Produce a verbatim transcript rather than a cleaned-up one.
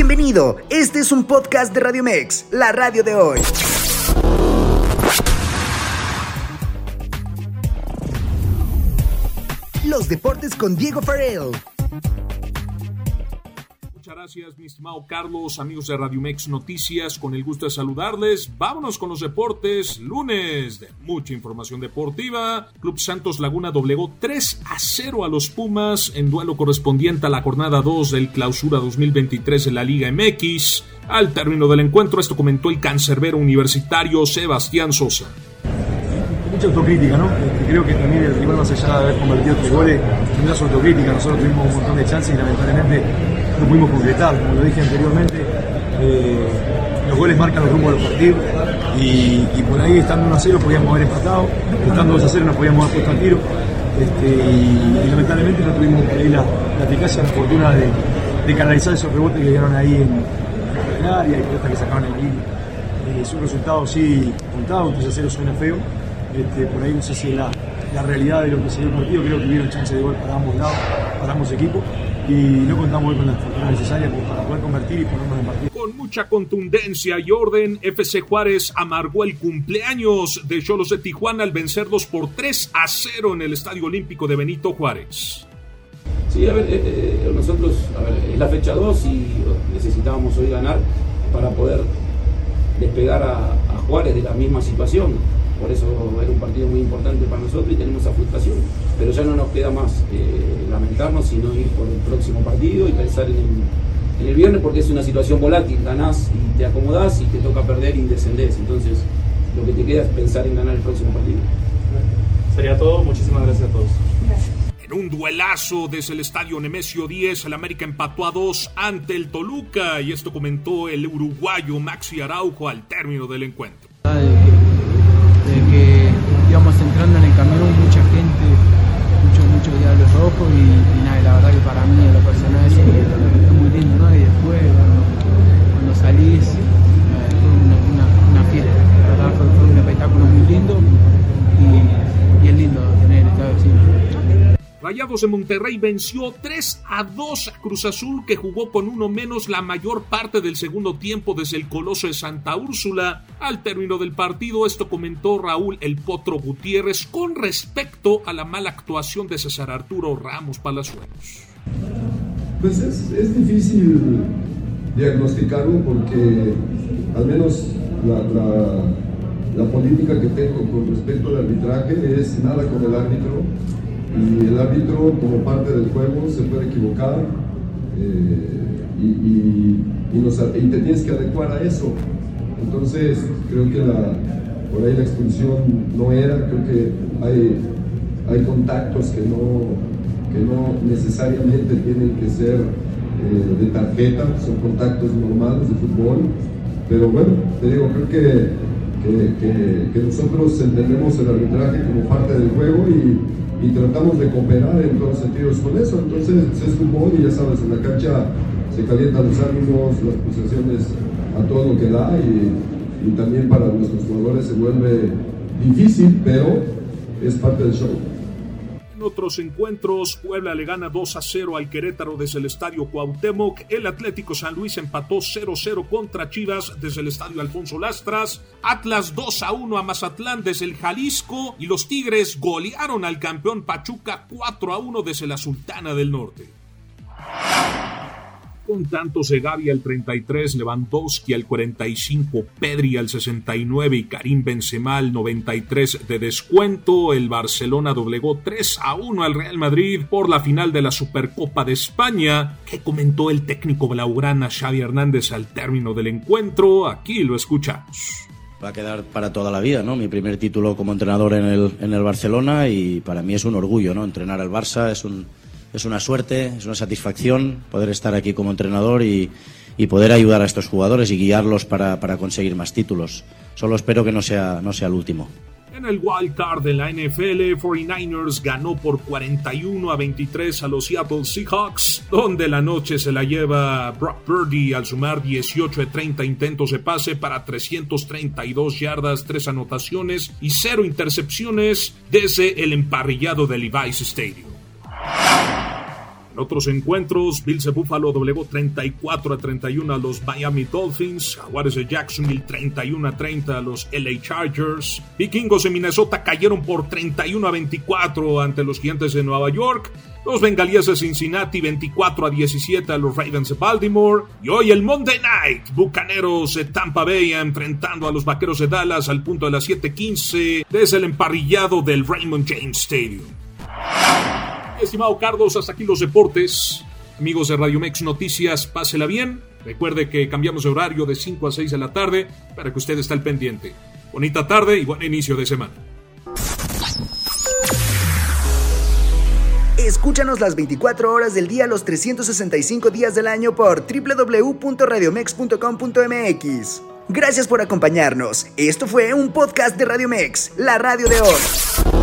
Bienvenido, este es un podcast de Radio Mex, la radio de hoy. Los deportes con Diego Farrell. Muchas gracias, mi estimado Carlos, amigos de Radio Mex Noticias, con el gusto de saludarles. Vámonos con los deportes, lunes de mucha información deportiva. Club Santos Laguna doblegó tres a cero a los Pumas en duelo correspondiente a la jornada dos del Clausura dos mil veintitrés de la Liga M X. Al término del encuentro, esto comentó el cancerbero universitario Sebastián Sosa. Mucha autocrítica, ¿no? Creo que también el rival, más allá de haber convertido tres goles, tendrá su autocrítica. Nosotros tuvimos un montón de chances y lamentablemente no pudimos concretar. Como lo dije anteriormente, eh, los goles marcan los rumbos de los partidos y, y por ahí, estando uno a cero, podíamos haber empatado, estando dos a cero, nos podíamos haber puesto al tiro. Este, y, y lamentablemente no tuvimos por ahí la, la eficacia, la fortuna de, de canalizar esos rebotes que llegaron ahí en, en el área y pelotas que sacaban en el línea. Eh, es un resultado, sí, contado, tres a cero suena feo. Este, por ahí no sé si es la, la realidad de lo que se dio el partido. Creo que hubieron chance de gol para ambos lados, para ambos equipos, y no contamos hoy con la fortuna necesaria para poder convertir y ponernos en partido. Con mucha contundencia y orden, F C Juárez amargó el cumpleaños de Xolos de Tijuana al vencerlos por tres a cero en el Estadio Olímpico de Benito Juárez. Sí, a ver, eh, eh, nosotros, a ver, es la fecha dos y necesitábamos hoy ganar para poder despegar a, a Juárez de la misma situación. Por eso era un partido muy importante para nosotros y tenemos esa frustración. Pero ya no nos queda más eh, lamentarnos, sino ir por el próximo partido y pensar en el, en el viernes, porque es una situación volátil. Ganás y te acomodás y te toca perder y descendés. Entonces lo que te queda es pensar en ganar el próximo partido. Sería todo. Muchísimas gracias a todos. Gracias. En un duelazo desde el estadio Nemesio diez, el América empató a dos ante el Toluca, y esto comentó el uruguayo Maxi Araujo al término del encuentro. De que íbamos entrando en el camión, mucha gente, muchos mucho diablos rojos y, y nada, la verdad que para mí, en lo personal, es, es muy lindo, ¿no? Y después, cuando, cuando salís, eh, fue una, una, una fiesta, la verdad fue, fue un espectáculo muy lindo y, y es lindo tener el estadio así. Rayados de Monterrey venció tres a dos a Cruz Azul, que jugó con uno menos la mayor parte del segundo tiempo desde el Coloso de Santa Úrsula. Al término del partido, esto comentó Raúl El Potro Gutiérrez con respecto a la mala actuación de César Arturo Ramos Palazuelos. Pues es, es difícil diagnosticarlo porque al menos la, la, la política que tengo con respecto al arbitraje es nada con el árbitro. Y el árbitro, como parte del juego, se puede equivocar eh, y, y, y, nos, y te tienes que adecuar a eso. Entonces, creo que la, por ahí la expulsión no era, creo que hay, hay contactos que no, que no necesariamente tienen que ser eh, de tarjeta, son contactos normales de fútbol. Pero bueno, te digo, creo que, que, que, que nosotros entendemos el arbitraje como parte del juego y y tratamos de cooperar en todos los sentidos con eso. Entonces es fútbol y ya sabes, en la cancha se calientan los ánimos, las pulsaciones a todo lo que da y, y también para nuestros jugadores se vuelve difícil, pero es parte del show. En otros encuentros, Puebla le gana dos a cero al Querétaro desde el Estadio Cuauhtémoc. El Atlético San Luis empató cero cero contra Chivas desde el Estadio Alfonso Lastras. Atlas dos a uno a Mazatlán desde el Jalisco. Y los Tigres golearon al campeón Pachuca cuatro a uno desde la Sultana del Norte. Con tantos de Gavi al treinta y tres, Lewandowski al cuarenta y cinco, Pedri al sesenta y nueve y Karim Benzema al noventa y tres de descuento, el Barcelona doblegó tres a uno al Real Madrid por la final de la Supercopa de España. ¿Qué comentó el técnico blaugrana Xavi Hernández al término del encuentro? Aquí lo escuchamos. Va a quedar para toda la vida, ¿no? Mi primer título como entrenador en el, en el Barcelona y para mí es un orgullo, ¿no? Entrenar al Barça es un... Es una suerte, es una satisfacción poder estar aquí como entrenador y, y poder ayudar a estos jugadores y guiarlos para, para conseguir más títulos. Solo espero que no sea, no sea el último. En el wild card de la N F L, cuarenta y nueve ers ganó por cuarenta y uno a veintitrés a los Seattle Seahawks, donde la noche se la lleva Brock Purdy al sumar dieciocho de treinta intentos de pase para trescientas treinta y dos yardas, tres anotaciones y cero intercepciones desde el emparrillado de Levi's Stadium. En otros encuentros, Bills de Buffalo doblegó treinta y cuatro a treinta y uno a los Miami Dolphins, Jaguares de Jacksonville treinta y uno a treinta a los L A Chargers, Vikingos de Minnesota cayeron por treinta y uno a veinticuatro ante los Gigantes de Nueva York, los Bengalíes de Cincinnati veinticuatro a diecisiete a los Ravens de Baltimore, y hoy el Monday Night, Bucaneros de Tampa Bay enfrentando a los Vaqueros de Dallas al punto de las siete quince desde el emparrillado del Raymond James Stadium. Estimado Carlos, hasta aquí los deportes. Amigos de Radio Mex Noticias, pásela bien. Recuerde que cambiamos de horario de cinco a seis de la tarde para que usted esté al pendiente. Bonita tarde y buen inicio de semana. Escúchanos las veinticuatro horas del día, los trescientos sesenta y cinco días del año por doble u doble u doble u punto radiomex punto com punto m x. Gracias por acompañarnos. Esto fue un podcast de Radio Mex, la radio de hoy.